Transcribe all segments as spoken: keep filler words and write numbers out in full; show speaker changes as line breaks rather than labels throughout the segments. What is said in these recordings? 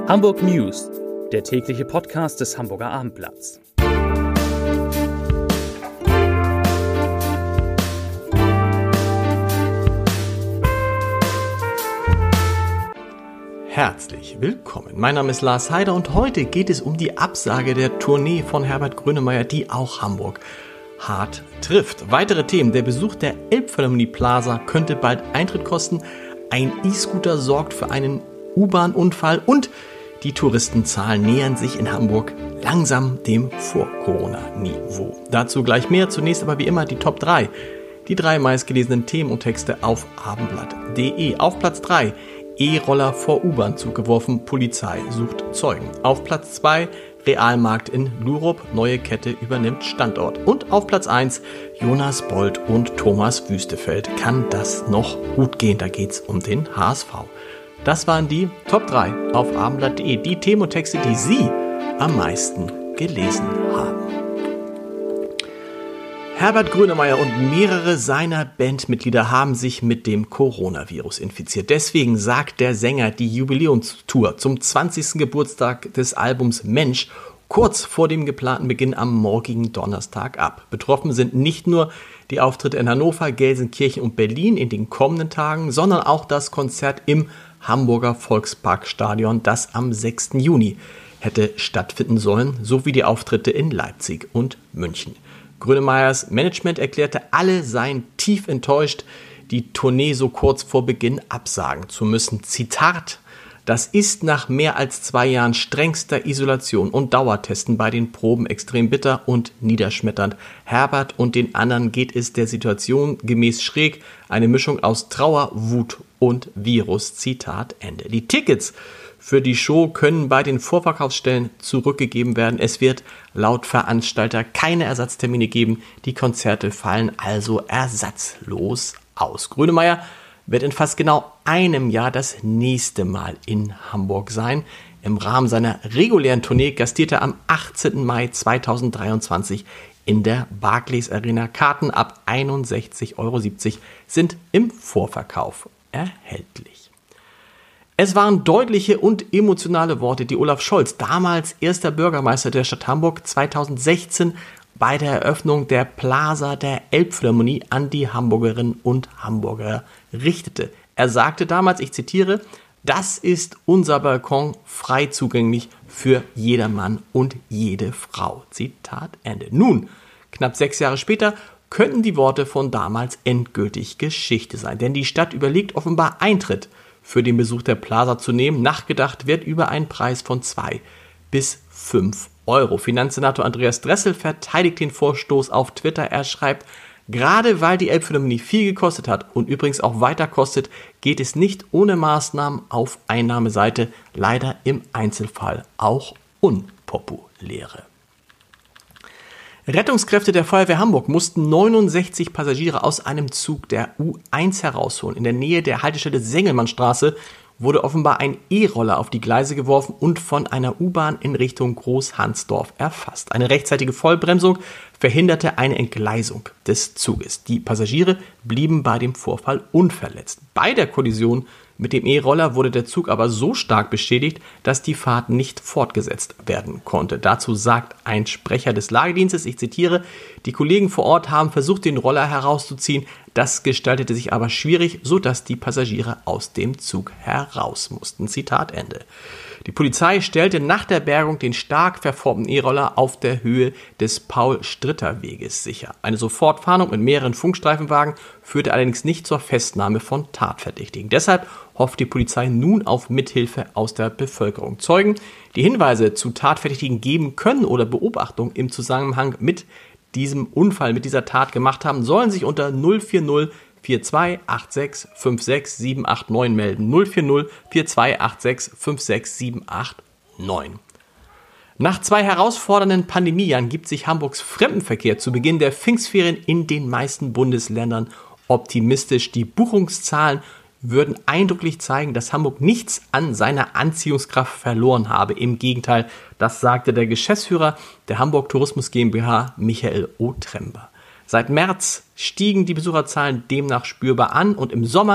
Hamburg News, der tägliche Podcast des Hamburger Abendblatts.
Herzlich willkommen. Mein Name ist Lars Heider und heute geht es um die Absage der Tournee von Herbert Grönemeyer, die auch Hamburg hart trifft. Weitere Themen: Der Besuch der Elbphilharmonie Plaza könnte bald Eintritt kosten, ein E-Scooter sorgt für einen U-Bahn-Unfall und die Touristenzahlen nähern sich in Hamburg langsam dem Vor-Corona-Niveau. Dazu gleich mehr. Zunächst aber wie immer die Top drei. Die drei meistgelesenen Themen und Texte auf abendblatt punkt de. Auf Platz drei: E-Roller vor U-Bahn-Zug geworfen, Polizei sucht Zeugen. Auf Platz zwei: Realmarkt in Lurup, neue Kette übernimmt Standort. Und auf Platz eins: Jonas Bold und Thomas Wüstefeld. Kann das noch gut gehen? Da geht's um den H S V. Das waren die Top drei auf abendblatt punkt de. Die Themen und Texte, die Sie am meisten gelesen haben. Herbert Grönemeyer und mehrere seiner Bandmitglieder haben sich mit dem Coronavirus infiziert. Deswegen sagt der Sänger die Jubiläumstour zum zwanzigsten Geburtstag des Albums Mensch kurz vor dem geplanten Beginn am morgigen Donnerstag ab. Betroffen sind nicht nur die Auftritte in Hannover, Gelsenkirchen und Berlin in den kommenden Tagen, sondern auch das Konzert im Hamburger Volksparkstadion, das am sechsten Juni hätte stattfinden sollen, sowie die Auftritte in Leipzig und München. Grönemeyers Management erklärte, alle seien tief enttäuscht, die Tournee so kurz vor Beginn absagen zu müssen. Zitat: Das ist nach mehr als zwei Jahren strengster Isolation und Dauertesten bei den Proben extrem bitter und niederschmetternd. Herbert und den anderen geht es der Situation gemäß schräg. Eine Mischung aus Trauer, Wut und Virus. Zitat Ende. Die Tickets für die Show können bei den Vorverkaufsstellen zurückgegeben werden. Es wird laut Veranstalter keine Ersatztermine geben. Die Konzerte fallen also ersatzlos aus. Grönemeyer wird in fast genau einem Jahr das nächste Mal in Hamburg sein. Im Rahmen seiner regulären Tournee gastiert er am achtzehnten Mai zweitausenddreiundzwanzig in der Barclays Arena. Karten ab einundsechzig Euro siebzig sind im Vorverkauf erhältlich. Es waren deutliche und emotionale Worte, die Olaf Scholz, damals erster Bürgermeister der Stadt Hamburg, zweitausendsechzehn bei der Eröffnung der Plaza der Elbphilharmonie an die Hamburgerinnen und Hamburger richtete. Er sagte damals, ich zitiere: Das ist unser Balkon, frei zugänglich für jedermann und jede Frau. Zitat Ende. Nun, knapp sechs Jahre später, könnten die Worte von damals endgültig Geschichte sein. Denn die Stadt überlegt offenbar Eintritt für den Besuch der Plaza zu nehmen. Nachgedacht wird über einen Preis von zwei bis fünf Euro. Finanzsenator Andreas Dressel verteidigt den Vorstoß auf Twitter. Er schreibt: Gerade weil die Elbphilharmonie viel gekostet hat und übrigens auch weiter kostet, geht es nicht ohne Maßnahmen auf Einnahmeseite. Leider im Einzelfall auch unpopuläre. Rettungskräfte der Feuerwehr Hamburg mussten neunundsechzig Passagiere aus einem Zug der U eins herausholen. In der Nähe der Haltestelle Sengelmannstraße wurde offenbar ein E-Roller auf die Gleise geworfen und von einer U-Bahn in Richtung Großhansdorf erfasst. Eine rechtzeitige Vollbremsung verhinderte eine Entgleisung des Zuges. Die Passagiere blieben bei dem Vorfall unverletzt. Bei der Kollision mit dem E-Roller wurde der Zug aber so stark beschädigt, dass die Fahrt nicht fortgesetzt werden konnte. Dazu sagt ein Sprecher des Lagedienstes, ich zitiere: Die Kollegen vor Ort haben versucht, den Roller herauszuziehen. Das gestaltete sich aber schwierig, sodass die Passagiere aus dem Zug heraus mussten. Zitat Ende. Die Polizei stellte nach der Bergung den stark verformten E-Roller auf der Höhe des Paul-Stritter-Weges sicher. Eine Sofortfahndung mit mehreren Funkstreifenwagen führte allerdings nicht zur Festnahme von Tatverdächtigen. Deshalb hofft die Polizei nun auf Mithilfe aus der Bevölkerung. Zeugen, die Hinweise zu Tatverdächtigen geben können oder Beobachtungen im Zusammenhang mit diesem Unfall, mit dieser Tat gemacht haben, sollen sich unter null vier null vier zwei acht sechs fünf sechs sieben acht neun melden. null vier null vier zwei acht sechs fünf sechs sieben acht neun. Nach zwei herausfordernden Pandemiejahren gibt sich Hamburgs Fremdenverkehr zu Beginn der Pfingstferien in den meisten Bundesländern optimistisch. Die Buchungszahlen würden eindrücklich zeigen, dass Hamburg nichts an seiner Anziehungskraft verloren habe. Im Gegenteil, das sagte der Geschäftsführer der Hamburg Tourismus GmbH, Michael Otrember. Seit März stiegen die Besucherzahlen demnach spürbar an und im Sommer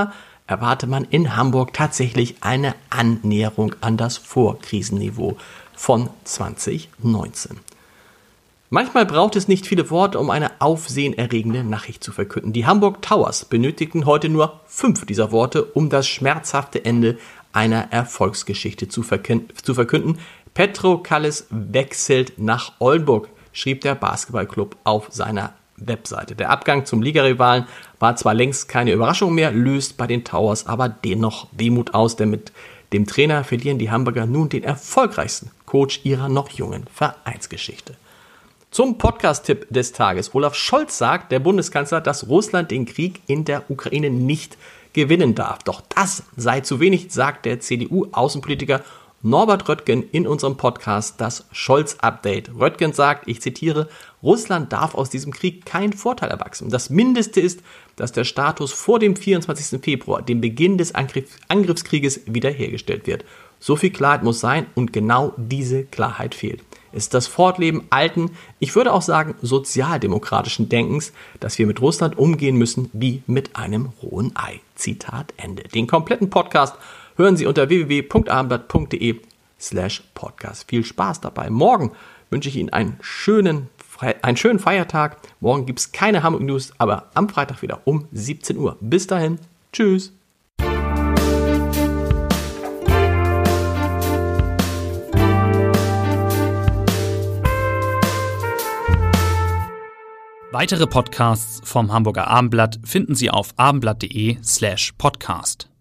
erwarte man in Hamburg tatsächlich eine Annäherung an das Vorkrisenniveau von zwanzig neunzehn. Manchmal braucht es nicht viele Worte, um eine aufsehenerregende Nachricht zu verkünden. Die Hamburg Towers benötigten heute nur fünf dieser Worte, um das schmerzhafte Ende einer Erfolgsgeschichte zu verkünden. Petro Kallis wechselt nach Oldenburg, schrieb der Basketballclub auf seiner Webseite. Der Abgang zum Ligarivalen war zwar längst keine Überraschung mehr, löst bei den Towers aber dennoch Wehmut aus, denn mit dem Trainer verlieren die Hamburger nun den erfolgreichsten Coach ihrer noch jungen Vereinsgeschichte. Zum Podcast-Tipp des Tages. Olaf Scholz sagt, der Bundeskanzler, dass Russland den Krieg in der Ukraine nicht gewinnen darf. Doch das sei zu wenig, sagt der C D U-Außenpolitiker Norbert Röttgen in unserem Podcast das Scholz-Update. Röttgen sagt, ich zitiere, Russland darf aus diesem Krieg keinen Vorteil erwachsen. Das Mindeste ist, dass der Status vor dem vierundzwanzigsten Februar, dem Beginn des Angriff, Angriffskrieges, wiederhergestellt wird. So viel Klarheit muss sein und genau diese Klarheit fehlt. Es ist das Fortleben alten, ich würde auch sagen sozialdemokratischen Denkens, dass wir mit Russland umgehen müssen wie mit einem rohen Ei. Zitat Ende. Den kompletten Podcast hören Sie unter w w w punkt abendblatt punkt d e slash podcast. Viel Spaß dabei. Morgen wünsche ich Ihnen einen schönen, einen schönen Feiertag. Morgen gibt es keine Hamburg News, aber am Freitag wieder um siebzehn Uhr. Bis dahin. Tschüss.
Weitere Podcasts vom Hamburger Abendblatt finden Sie auf abendblatt punkt de slash podcast.